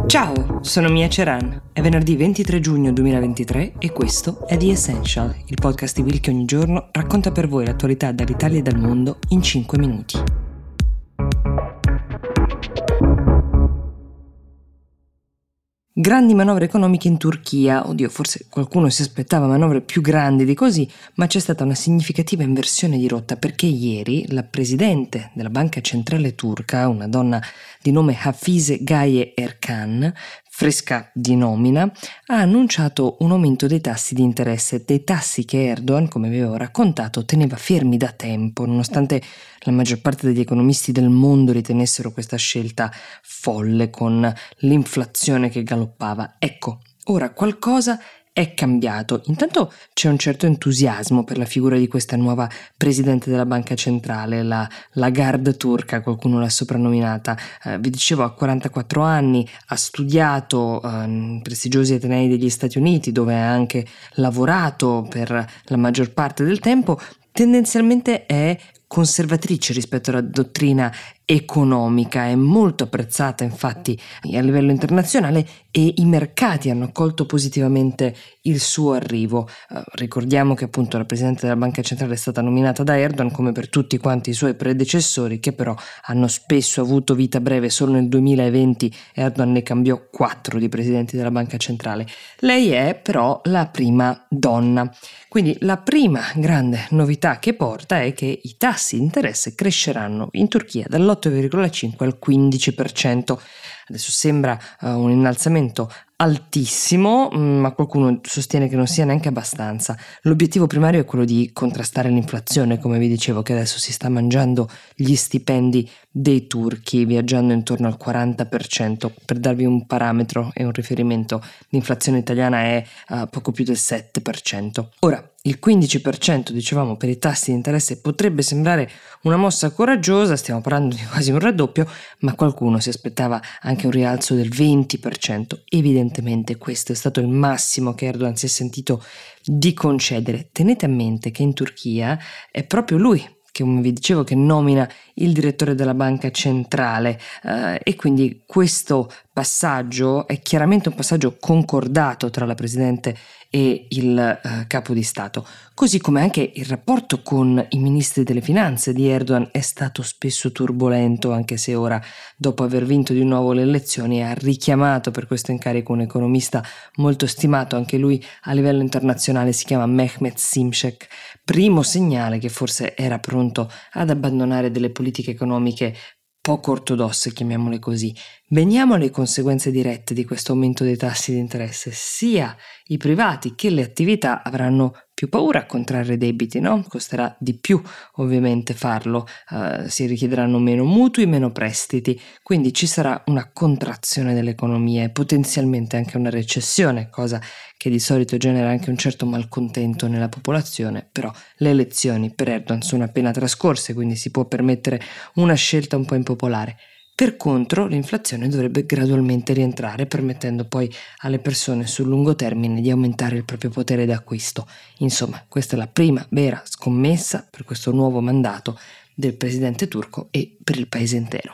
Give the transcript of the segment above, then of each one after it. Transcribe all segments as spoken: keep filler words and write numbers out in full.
Ciao, sono Mia Ceran. È venerdì ventitré giugno duemilaventitré e questo è The Essential, il podcast di Will che ogni giorno racconta per voi l'attualità dall'Italia e dal mondo in cinque minuti. Grandi manovre economiche in Turchia. Oddio, forse qualcuno si aspettava manovre più grandi di così, ma c'è stata una significativa inversione di rotta perché ieri la presidente della Banca Centrale Turca, una donna di nome Hafize Gaye Erkan, fresca di nomina, ha annunciato un aumento dei tassi di interesse, dei tassi che Erdogan, come vi avevo raccontato, teneva fermi da tempo, nonostante la maggior parte degli economisti del mondo ritenessero questa scelta folle con l'inflazione che galoppava. Ecco, ora qualcosa è cambiato. Intanto c'è un certo entusiasmo per la figura di questa nuova presidente della banca centrale, la Lagarde turca, qualcuno l'ha soprannominata. Eh, vi dicevo, ha quarantaquattro anni, ha studiato eh, in prestigiosi atenei degli Stati Uniti, dove ha anche lavorato per la maggior parte del tempo. Tendenzialmente è conservatrice rispetto alla dottrina economica, è molto apprezzata infatti a livello internazionale e i mercati hanno accolto positivamente il suo arrivo. Uh, ricordiamo che appunto la Presidente della Banca Centrale è stata nominata da Erdogan, come per tutti quanti i suoi predecessori, che però hanno spesso avuto vita breve. Solo nel duemilaventi Erdogan ne cambiò quattro di Presidenti della Banca Centrale. Lei è però la prima donna. Quindi la prima grande novità che porta è che i tassi di interesse cresceranno in Turchia dall'otto virgola cinque al quindici per cento. Adesso sembra uh, un innalzamento altissimo, ma qualcuno sostiene che non sia neanche abbastanza. L'obiettivo primario è quello di contrastare l'inflazione, come vi dicevo, che adesso si sta mangiando gli stipendi dei turchi, viaggiando intorno al quaranta per cento. Per darvi un parametro e un riferimento, l'inflazione italiana è uh, poco più del sette per cento. Ora, il quindici per cento, dicevamo, per i tassi di interesse potrebbe sembrare una mossa coraggiosa, stiamo parlando di quasi un raddoppio, ma qualcuno si aspettava anche un rialzo del venti per cento. Evidentemente questo è stato il massimo che Erdogan si è sentito di concedere. Tenete a mente che in Turchia è proprio lui che, come vi dicevo, che nomina il direttore della banca centrale eh, e quindi questo passaggio è chiaramente un passaggio concordato tra la presidente e il eh, capo di Stato, così come anche il rapporto con i ministri delle finanze di Erdogan è stato spesso turbolento, anche se ora, dopo aver vinto di nuovo le elezioni, ha richiamato per questo incarico un economista molto stimato anche lui a livello internazionale, si chiama Mehmet Şimşek, primo segnale che forse era pronto ad abbandonare delle politiche economiche poco ortodosse, chiamiamole così. Veniamo alle conseguenze dirette di questo aumento dei tassi di interesse. Sia i privati che le attività avranno più paura a contrarre debiti, no? Costerà di più ovviamente farlo, uh, si richiederanno meno mutui, meno prestiti, quindi ci sarà una contrazione dell'economia e potenzialmente anche una recessione, cosa che di solito genera anche un certo malcontento nella popolazione, però le elezioni per Erdogan sono appena trascorse, quindi si può permettere una scelta un po' impopolare. Per contro, l'inflazione dovrebbe gradualmente rientrare, permettendo poi alle persone sul lungo termine di aumentare il proprio potere d'acquisto. Insomma, questa è la prima vera scommessa per questo nuovo mandato del presidente turco e per il paese intero.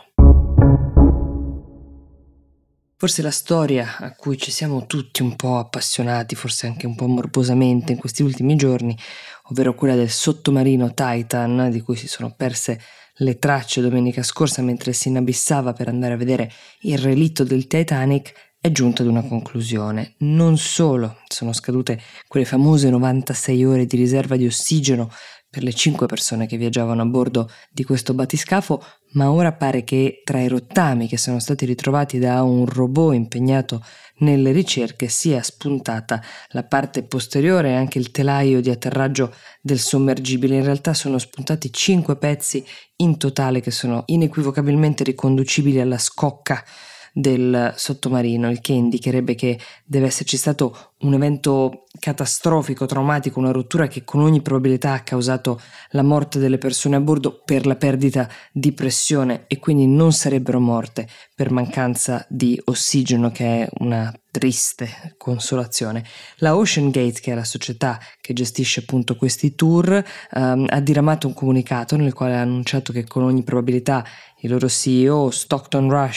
Forse la storia a cui ci siamo tutti un po' appassionati, forse anche un po' morbosamente in questi ultimi giorni, ovvero quella del sottomarino Titan, di cui si sono perse le tracce domenica scorsa mentre si inabissava per andare a vedere il relitto del Titanic, è giunta ad una conclusione. Non solo sono scadute quelle famose novantasei ore di riserva di ossigeno per le cinque persone che viaggiavano a bordo di questo battiscafo, ma ora pare che tra i rottami che sono stati ritrovati da un robot impegnato nelle ricerche sia spuntata la parte posteriore e anche il telaio di atterraggio del sommergibile. In realtà sono spuntati cinque pezzi in totale che sono inequivocabilmente riconducibili alla scocca del sottomarino, il che indicherebbe che deve esserci stato un evento catastrofico, traumatico, una rottura che con ogni probabilità ha causato la morte delle persone a bordo per la perdita di pressione e quindi non sarebbero morte per mancanza di ossigeno, che è una triste consolazione. La OceanGate, che è la società che gestisce appunto questi tour, ehm, ha diramato un comunicato nel quale ha annunciato che con ogni probabilità il loro C E O Stockton Rush,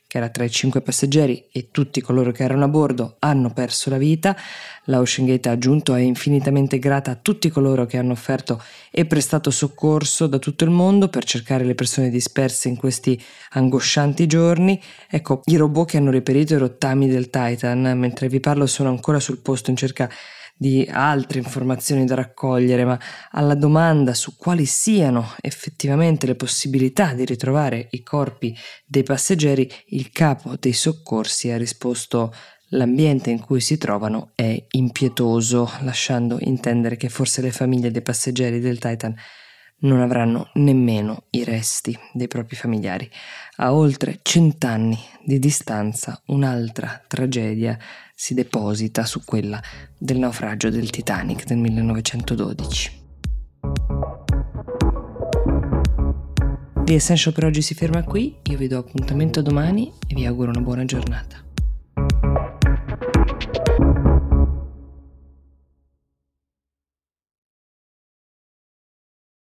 che era tra i cinque passeggeri e tutti coloro che erano a bordo, hanno perso la vita. La OceanGate ha aggiunto è infinitamente grata a tutti coloro che hanno offerto e prestato soccorso da tutto il mondo per cercare le persone disperse in questi angoscianti giorni. Ecco, i robot che hanno reperito i rottami del Titan, mentre vi parlo, sono ancora sul posto in cerca di altre informazioni da raccogliere, ma alla domanda su quali siano effettivamente le possibilità di ritrovare i corpi dei passeggeri, il capo dei soccorsi ha risposto: l'ambiente in cui si trovano è impietoso, lasciando intendere che forse le famiglie dei passeggeri del Titan non avranno nemmeno i resti dei propri familiari. A oltre cent'anni di distanza, un'altra tragedia si deposita su quella del naufragio del Titanic del millenovecentododici. The Essential per oggi si ferma qui, io vi do appuntamento domani e vi auguro una buona giornata.